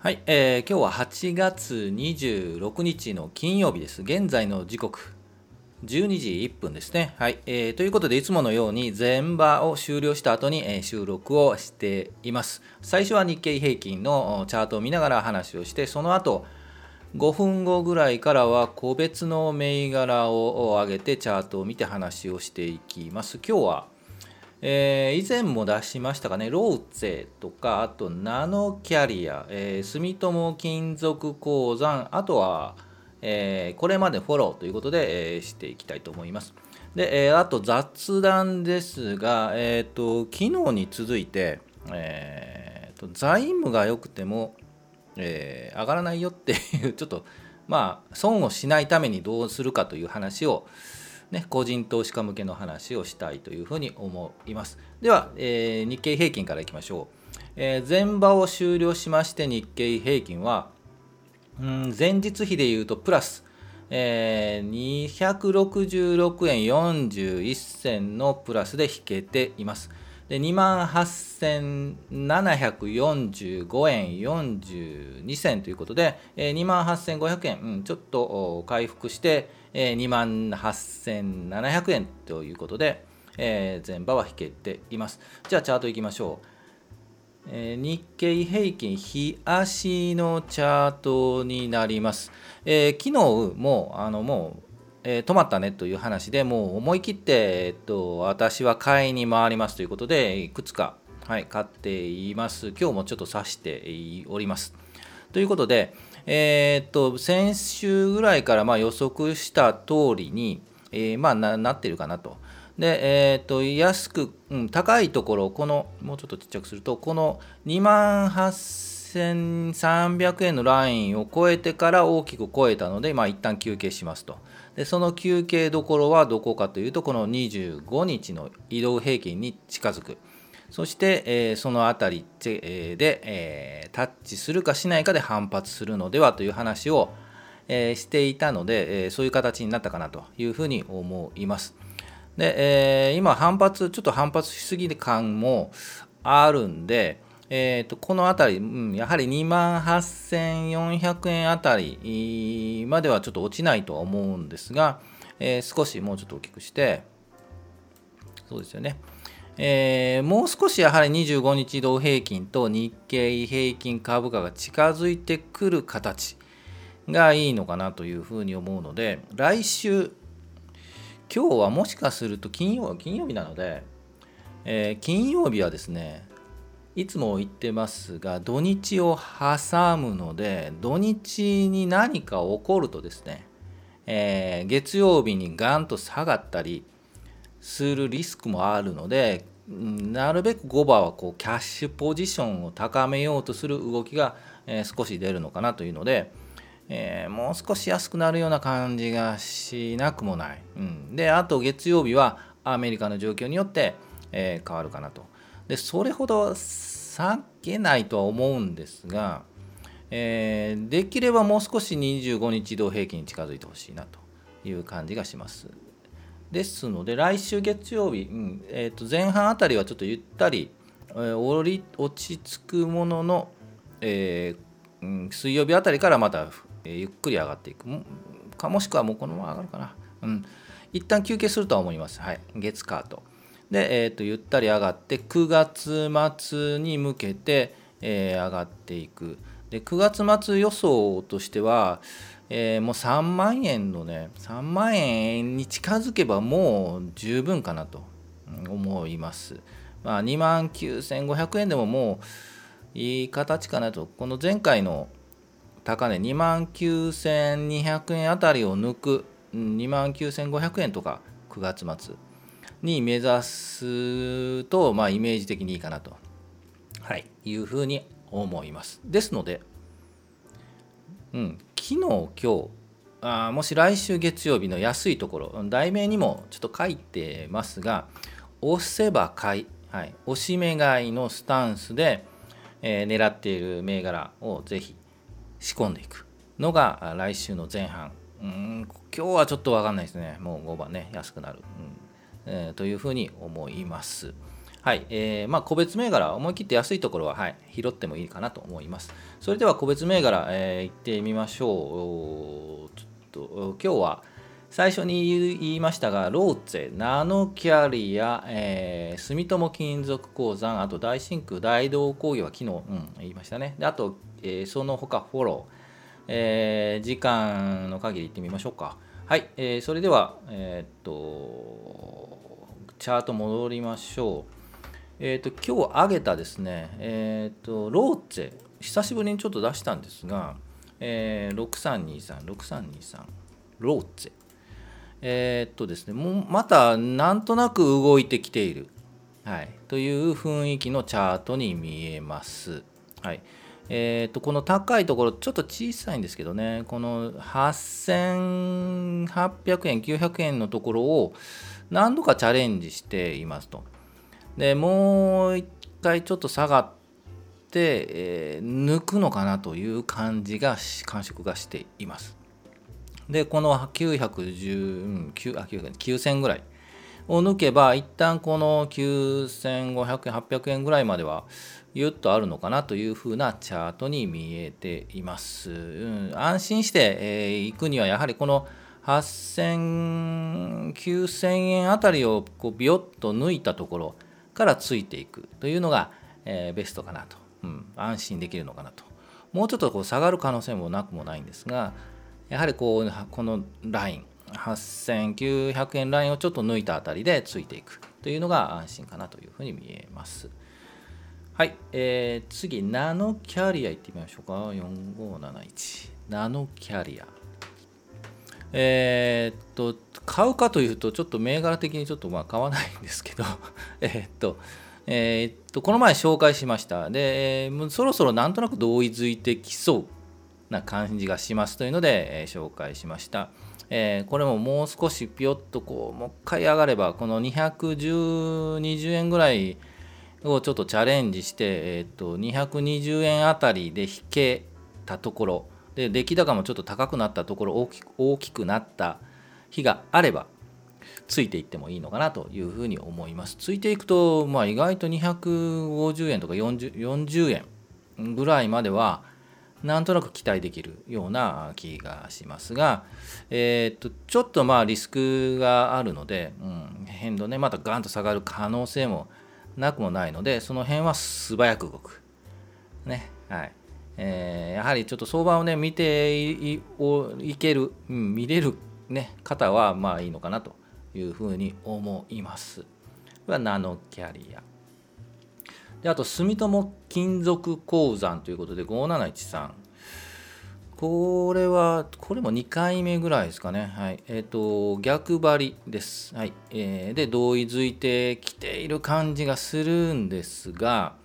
はい、今日は8月26日の金曜日です。現在の時刻12時1分ですね。はい、ということでいつものように前場を終了した後に、収録をしています。最初は日経平均のチャートを見ながら話をして、その後5分後ぐらいからは個別の銘柄を上げてチャートを見て話をしていきます。今日は以前も出しましたかね、ローツェとか、あとナノキャリア、住友金属鉱山、あとは、これまでフォローということで、していきたいと思います。で、あと雑談ですが、昨日に続いて、財務が良くても、上がらないよっていうちょっと損をしないためにどうするかという話を個人投資家向けの話をしたいというふうに思います。では、日経平均からいきましょう。前場を終了しまして日経平均は、前日比でいうとプラス、266円41銭のプラスで引けています。で、28,745円42銭ということで、28,500円、ちょっと回復して、28,700円ということで、前場は引けています。じゃあチャートいきましょう。日経平均日足のチャートになります。昨日も止まったねという話でもう思い切って、私は買いに回りますということでいくつか、買っています。今日もちょっと指しております。ということで、先週ぐらいから予測した通りに、なっているかなと。で、安く、高いところ、この、もうちょっとちっちゃくすると、この28,300円のラインを超えてから大きく超えたので、一旦休憩しますと。で、その休憩どころはどこかというと、この25日の移動平均に近づく。そして、そのあたりで、タッチするかしないかで反発するのではという話を、していたので、そういう形になったかなというふうに思います。で、今ちょっと反発しすぎ感もあるんで、このあたり、やはり28,400円あたりまではちょっと落ちないとは思うんですが、少しもうちょっと大きくして、そうですよね。もう少しやはり25日移動平均と日経平均株価が近づいてくる形がいいのかなというふうに思うので、来週、今日はもしかすると金曜日なので、金曜日はですね、いつも言ってますが、土日を挟むので、土日に何か起こるとですね、月曜日にガンと下がったりするリスクもあるので、なるべく5番はキャッシュポジションを高めようとする動きが、少し出るのかなというので、もう少し安くなるような感じがしなくもない。で、あと月曜日はアメリカの状況によって、変わるかなと。で、それほど下げないとは思うんですが、できればもう少し25日移動平均に近づいてほしいなという感じがします。ですので、来週月曜日、前半あたりはちょっとゆったり、落ち着くものの、水曜日あたりからまた、ゆっくり上がっていくか、もしくはもうこのまま上がるかな。一旦休憩するとは思います。月火と。で、ゆったり上がって9月末に向けて、上がっていく。で、9月末予想としては、もう3万円のね、3万円に近づけばもう十分かなと思います。29,500円でももういい形かなと。この前回の高値29,200円あたりを抜く、29,500円とか9月末に目指すと、イメージ的にいいかなと、いうふうに思います。ですので、昨日、今日、もし来週月曜日の安いところ、題名にもちょっと書いてますが、押せば買い、押し目買いのスタンスで、狙っている銘柄をぜひ仕込んでいくのが来週の前半。今日はちょっと分かんないですね。もう5番ね、安くなる、というふうに思います。 はい、個別銘柄、思い切って安いところは、はい、拾ってもいいかなと思います。それでは個別銘柄、いってみましょう。ちょっと今日は最初に言いましたが、ローツェ、ナノキャリア、住友金属鉱山、あと大真空、大同工業は昨日、言いましたね。であと、その他フォロー、時間の限りいってみましょうか。はい、それでは、チャート戻りましょう。今日上げたですね、ローツェ、久しぶりにちょっと出したんですが、6323、ローツェ。ですね、もうまたなんとなく動いてきている、はい、という雰囲気のチャートに見えます。はい。この高いところ、ちょっと小さいんですけどね、この8800円、900円のところを何度かチャレンジしていますと。でもう一回ちょっと下がって、抜くのかなという感触がしています。でこの9000ぐらいを抜けば一旦この9500円800円ぐらいまではゆっとあるのかなというふうなチャートに見えています。安心して、行くにはやはりこの8000、9000円あたりをこうビヨッと抜いたところからついていくというのが、ベストかなと、安心できるのかなと。もうちょっとこう下がる可能性もなくもないんですが、やはりこのライン8900円ラインをちょっと抜いたあたりでついていくというのが安心かなというふうに見えます。はい、次ナノキャリアいってみましょうか。4571ナノキャリア、買うかというとちょっと銘柄的にちょっと買わないんですけどこの前紹介しました。で、そろそろなんとなく同意づいてきそうな感じがしますというので、紹介しました。これももう少しピヨッとこうもう一回上がればこの220円ぐらいをちょっとチャレンジして、220円あたりで引けたところで出来高もちょっと高くなったところ大きくなった日があればついていってもいいのかなというふうに思います。ついていくと、意外と250円とか40円ぐらいまではなんとなく期待できるような気がしますが、ちょっとリスクがあるので、変動ね、またガンと下がる可能性もなくもないので、その辺は素早く動く。ね、はい。やはりちょっと相場をね、見れる、ね、方はいいのかなというふうに思います。これはナノキャリア。であと住友金属鉱山ということで5713、これも2回目ぐらいですかね。はい、逆張りです。はい、で同意づいてきている感じがするんですが、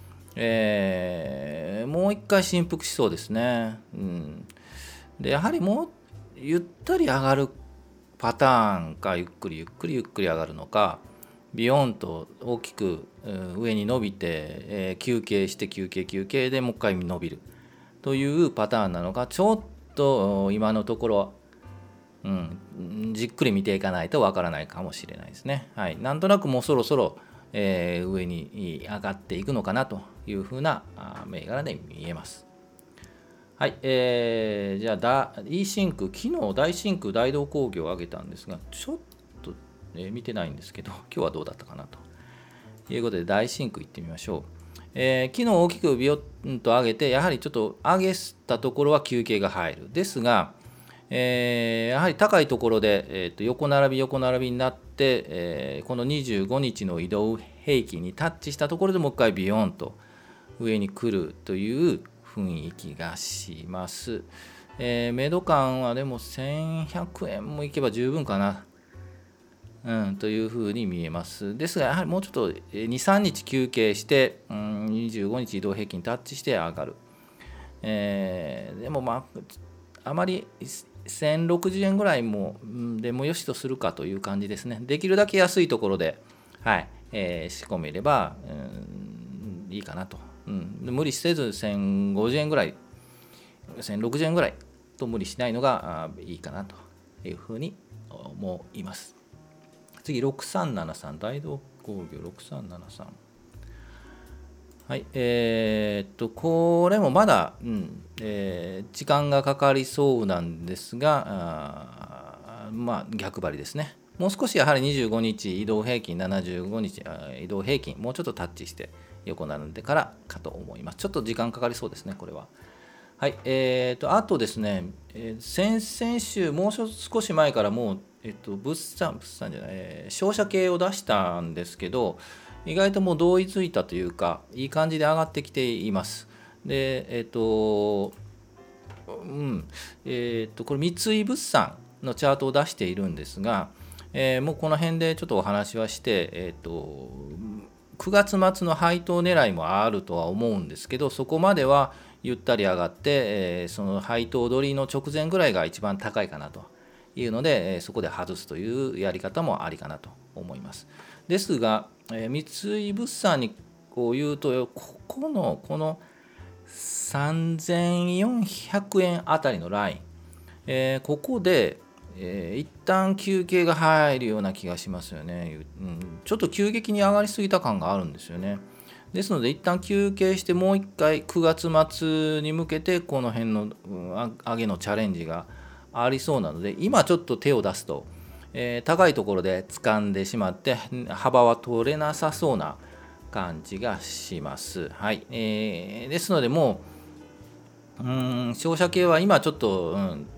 もう一回振幅しそうですね。でやはりもうゆったり上がるパターンか、ゆっくり上がるのか、ビヨンと大きく上に伸びて、休憩して休憩でもう一回伸びるというパターンなのか、ちょっと今のところ、じっくり見ていかないとわからないかもしれないですね。はい、なんとなくもうそろそろ、上に上がっていくのかなというふうな銘柄で見えます。はい、じゃあEシンク、昨日大真空大同工業を上げたんですが、ちょっと、見てないんですけど、今日はどうだったかなということで大真空いってみましょう。昨日大きくビヨッと上げて、やはりちょっと上げたところは休憩が入る。ですが、やはり高いところで、横並びになって、この25日の移動平均にタッチしたところでもう一回ビヨンと上に来るという雰囲気がします。メド感はでも1100円もいけば十分かな、というふうに見えます。ですがやはりもうちょっと2、3日休憩して、25日移動平均タッチして上がる。でもあまり1060円ぐらいもでもよしとするかという感じですね。できるだけ安いところで、仕込めれば、いいかなと。無理せず1050円ぐらい、1060円ぐらいと無理しないのがいいかなというふうに思います。次6373大同工業6373。はい、これもまだ、時間がかかりそうなんですが、逆張りですね。もう少しやはり25日移動平均、75日移動平均、もうちょっとタッチして横並んでからかと思います。ちょっと時間かかりそうですね、これは。はい、あとですね、先々週、もう少し前からもう、物産じゃない、商社系を出したんですけど、意外ともう同意づいたというか、いい感じで上がってきています。で、これ、三井物産のチャートを出しているんですが、もうこの辺でちょっとお話はして、9月末の配当狙いもあるとは思うんですけど、そこまではゆったり上がって、その配当取りの直前ぐらいが一番高いかなというので、そこで外すというやり方もありかなと思います。ですが、三井物産にこう言うと、この3400円あたりのライン、ここで、一旦休憩が入るような気がしますよね、ちょっと急激に上がりすぎた感があるんですよね。ですので一旦休憩してもう一回9月末に向けてこの辺の上げのチャレンジがありそうなので、今ちょっと手を出すと、高いところで掴んでしまって幅は取れなさそうな感じがします。はい、ですのでもう商社系は今ちょっと、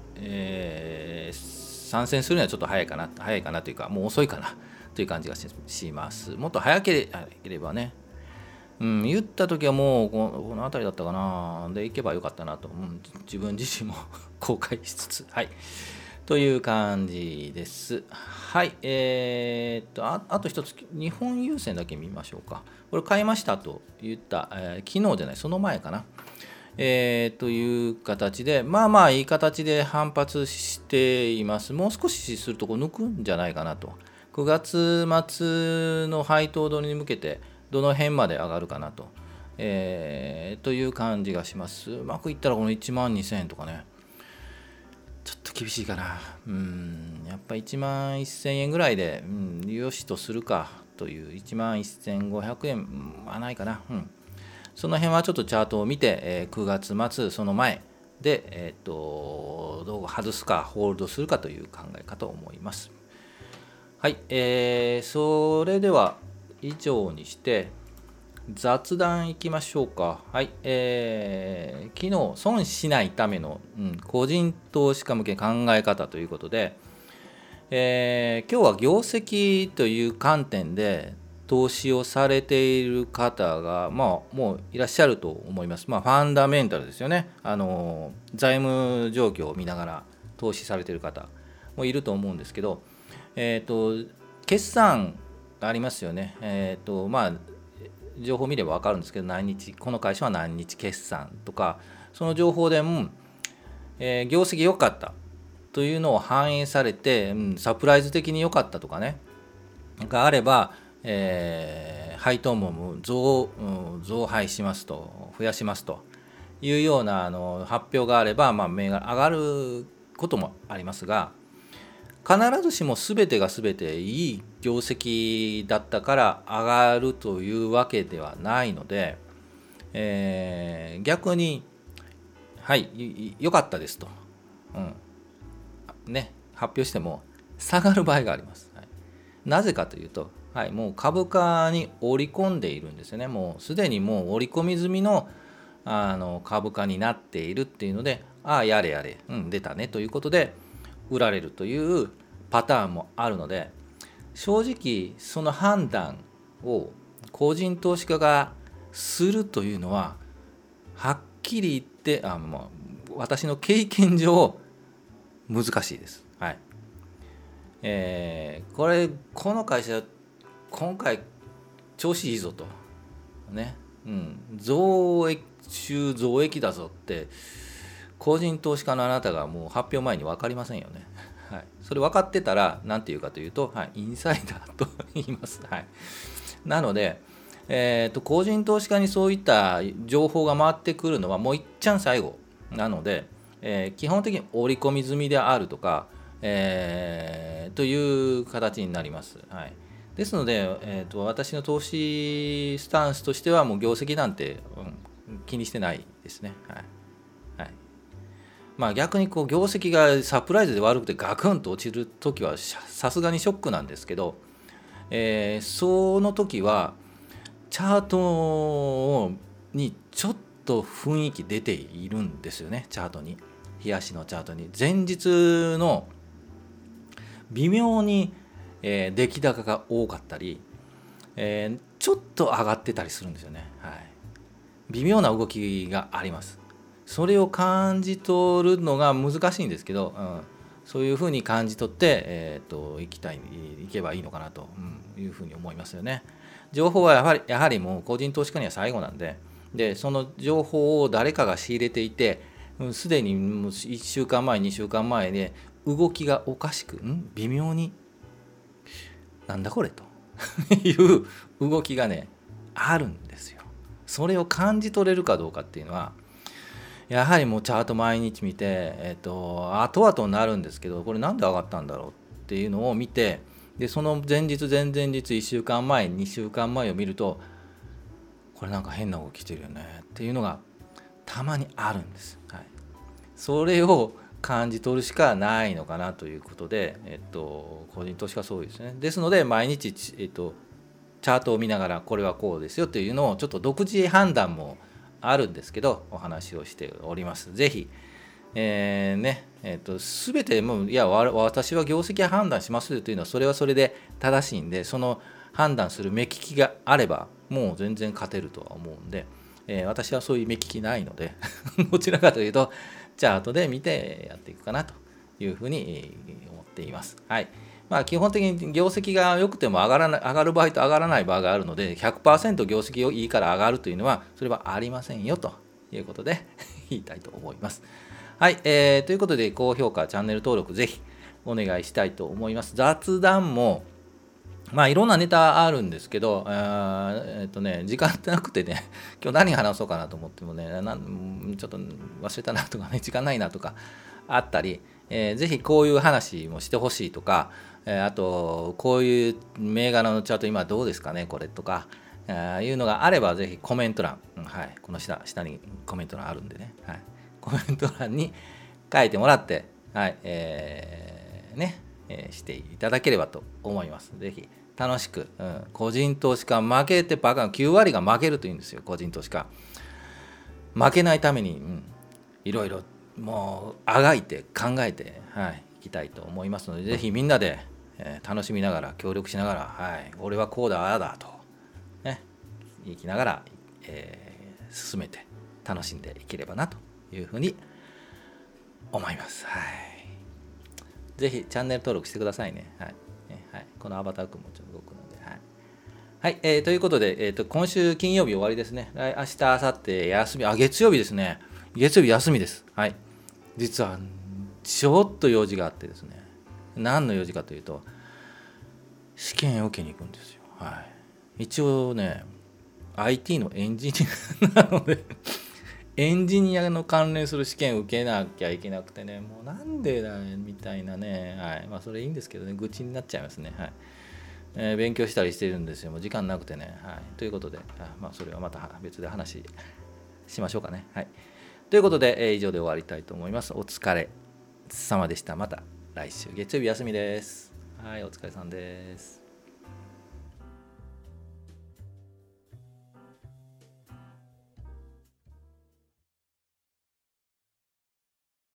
参戦するにはちょっと早いかなというか、もう遅いかなという感じがします。もっと早ければね、言った時はもうこの辺りだったかなで行けばよかったなと、自分自身も後悔しつつ、はいという感じです。はい、あと一つ、日本郵船だけ見ましょうか。これ買いましたと言った、昨日じゃない、その前かな。という形で、いい形で反発しています。もう少しするとこう抜くんじゃないかなと。9月末の配当取りに向けて、どの辺まで上がるかなと、という感じがします。うまくいったらこの1万2000円とかね。ちょっと厳しいかな。やっぱ1万1000円ぐらいで、よしとするかという、1万1500円はないかな。その辺はちょっとチャートを見て、9月末、その前で、どう外すか、ホールドするかという考えかと思います。はい、それでは以上にして、雑談いきましょうか。はい、昨日損しないための、個人投資家向け考え方ということで、今日は業績という観点で投資をされている方が、もういらっしゃると思います。ファンダメンタルですよね。財務状況を見ながら投資されている方もいると思うんですけど、決算ありますよね。情報見れば分かるんですけど、この会社は何日決算とか、その情報でも、業績良かったというのを反映されて、サプライズ的に良かったとかねがあれば、配当も増配しますと、増やしますというような発表があれば、銘柄上がることもありますが、必ずしも全てが全ていい業績だったから上がるというわけではないので、逆に良かったですと、発表しても下がる場合があります。なぜかというと、もう株価に織り込んでいるんですよね。もうすでにもう織り込み済みの、株価になっているっていうので、やれやれ、出たねということで売られるというパターンもあるので、正直その判断を個人投資家がするというのははっきり言って私の経験上難しいです。この会社今回調子いいぞとね、増益だぞって個人投資家のあなたがもう発表前に分かりませんよね。それ分かってたら何て言うかというと、インサイダーと言います。なので、個人投資家にそういった情報が回ってくるのはもういっちゃん最後なので、基本的に織り込み済みであるとか、という形になります。 ですので、私の投資スタンスとしてはもう業績なんて、気にしてないですね。はいはい、逆に業績がサプライズで悪くてガクンと落ちるときはさすがにショックなんですけど、その時はチャートにちょっと雰囲気出ているんですよね。チャートに、日足のチャートに前日の微妙に、出来高が多かったり、ちょっと上がってたりするんですよね。微妙な動きがあります。それを感じ取るのが難しいんですけど、そういうふうに感じ取って、いけばいいのかなというふうに思いますよね。情報はやはりもう個人投資家には最後なんで、その情報を誰かが仕入れていて、すでにもう1週間前2週間前で動きがおかしく微妙になんだこれという動きがねあるんですよ。それを感じ取れるかどうかっていうのはやはりもうチャート毎日見て、後々になるんですけど、これなんで上がったんだろうっていうのを見て、でその前日前々日1週間前2週間前を見ると、これなんか変な動きしてるよねっていうのがたまにあるんです。それを感じ取るしかないのかなということで、個人投資家はそうですね。ですので毎日、チャートを見ながらこれはこうですよというのをちょっと独自判断もあるんですけどお話をしております。ぜひ、全てもう私は業績判断しますというのはそれはそれで正しいんで、その判断する目利きがあればもう全然勝てるとは思うんで、私はそういう目利きないのでどちらかというとチャートで見てやっていくかなというふうに思っています。基本的に業績が良くても上がる場合と上がらない場合があるので 100% 業績いいから上がるというのはそれはありませんよということで言いたいと思います。ということで高評価チャンネル登録ぜひお願いしたいと思います。雑談もいろんなネタあるんですけど、時間なくてね、今日何話そうかなと思ってもね、ちょっと忘れたなとかね、時間ないなとかあったり、ぜひこういう話もしてほしいとか、あとこういう銘柄のチャート今どうですかねこれとかいうのがあればぜひコメント欄、この下にコメント欄あるんでね、コメント欄に書いてもらって、していただければと思います。ぜひ楽しく、個人投資家負けてバカ9割が負けるというんですよ。個人投資家負けないために、いろいろもうあがいて考えて、いきたいと思いますので、ぜひみんなで、楽しみながら協力しながら、俺はこうだああだと、言いきながら、進めて楽しんでいければなというふうに思います。ぜひチャンネル登録してくださいね。このアバター君もちょっと動くので。ということで、今週金曜日終わりですね。明日、明後日休み、月曜日ですね。月曜日休みです。実はちょっと用事があってですね。何の用事かというと、試験を受けに行くんですよ。一応ね、IT のエンジニアなのでエンジニアの関連する試験を受けなきゃいけなくてね、もうなんでだみたいなね、それいいんですけどね、愚痴になっちゃいますね。勉強したりしてるんですよ。もう時間なくてね。ということで、それはまた別で話しましょうかね。ということで、以上で終わりたいと思います。お疲れ様でした。また来週月曜日休みです。お疲れさんです。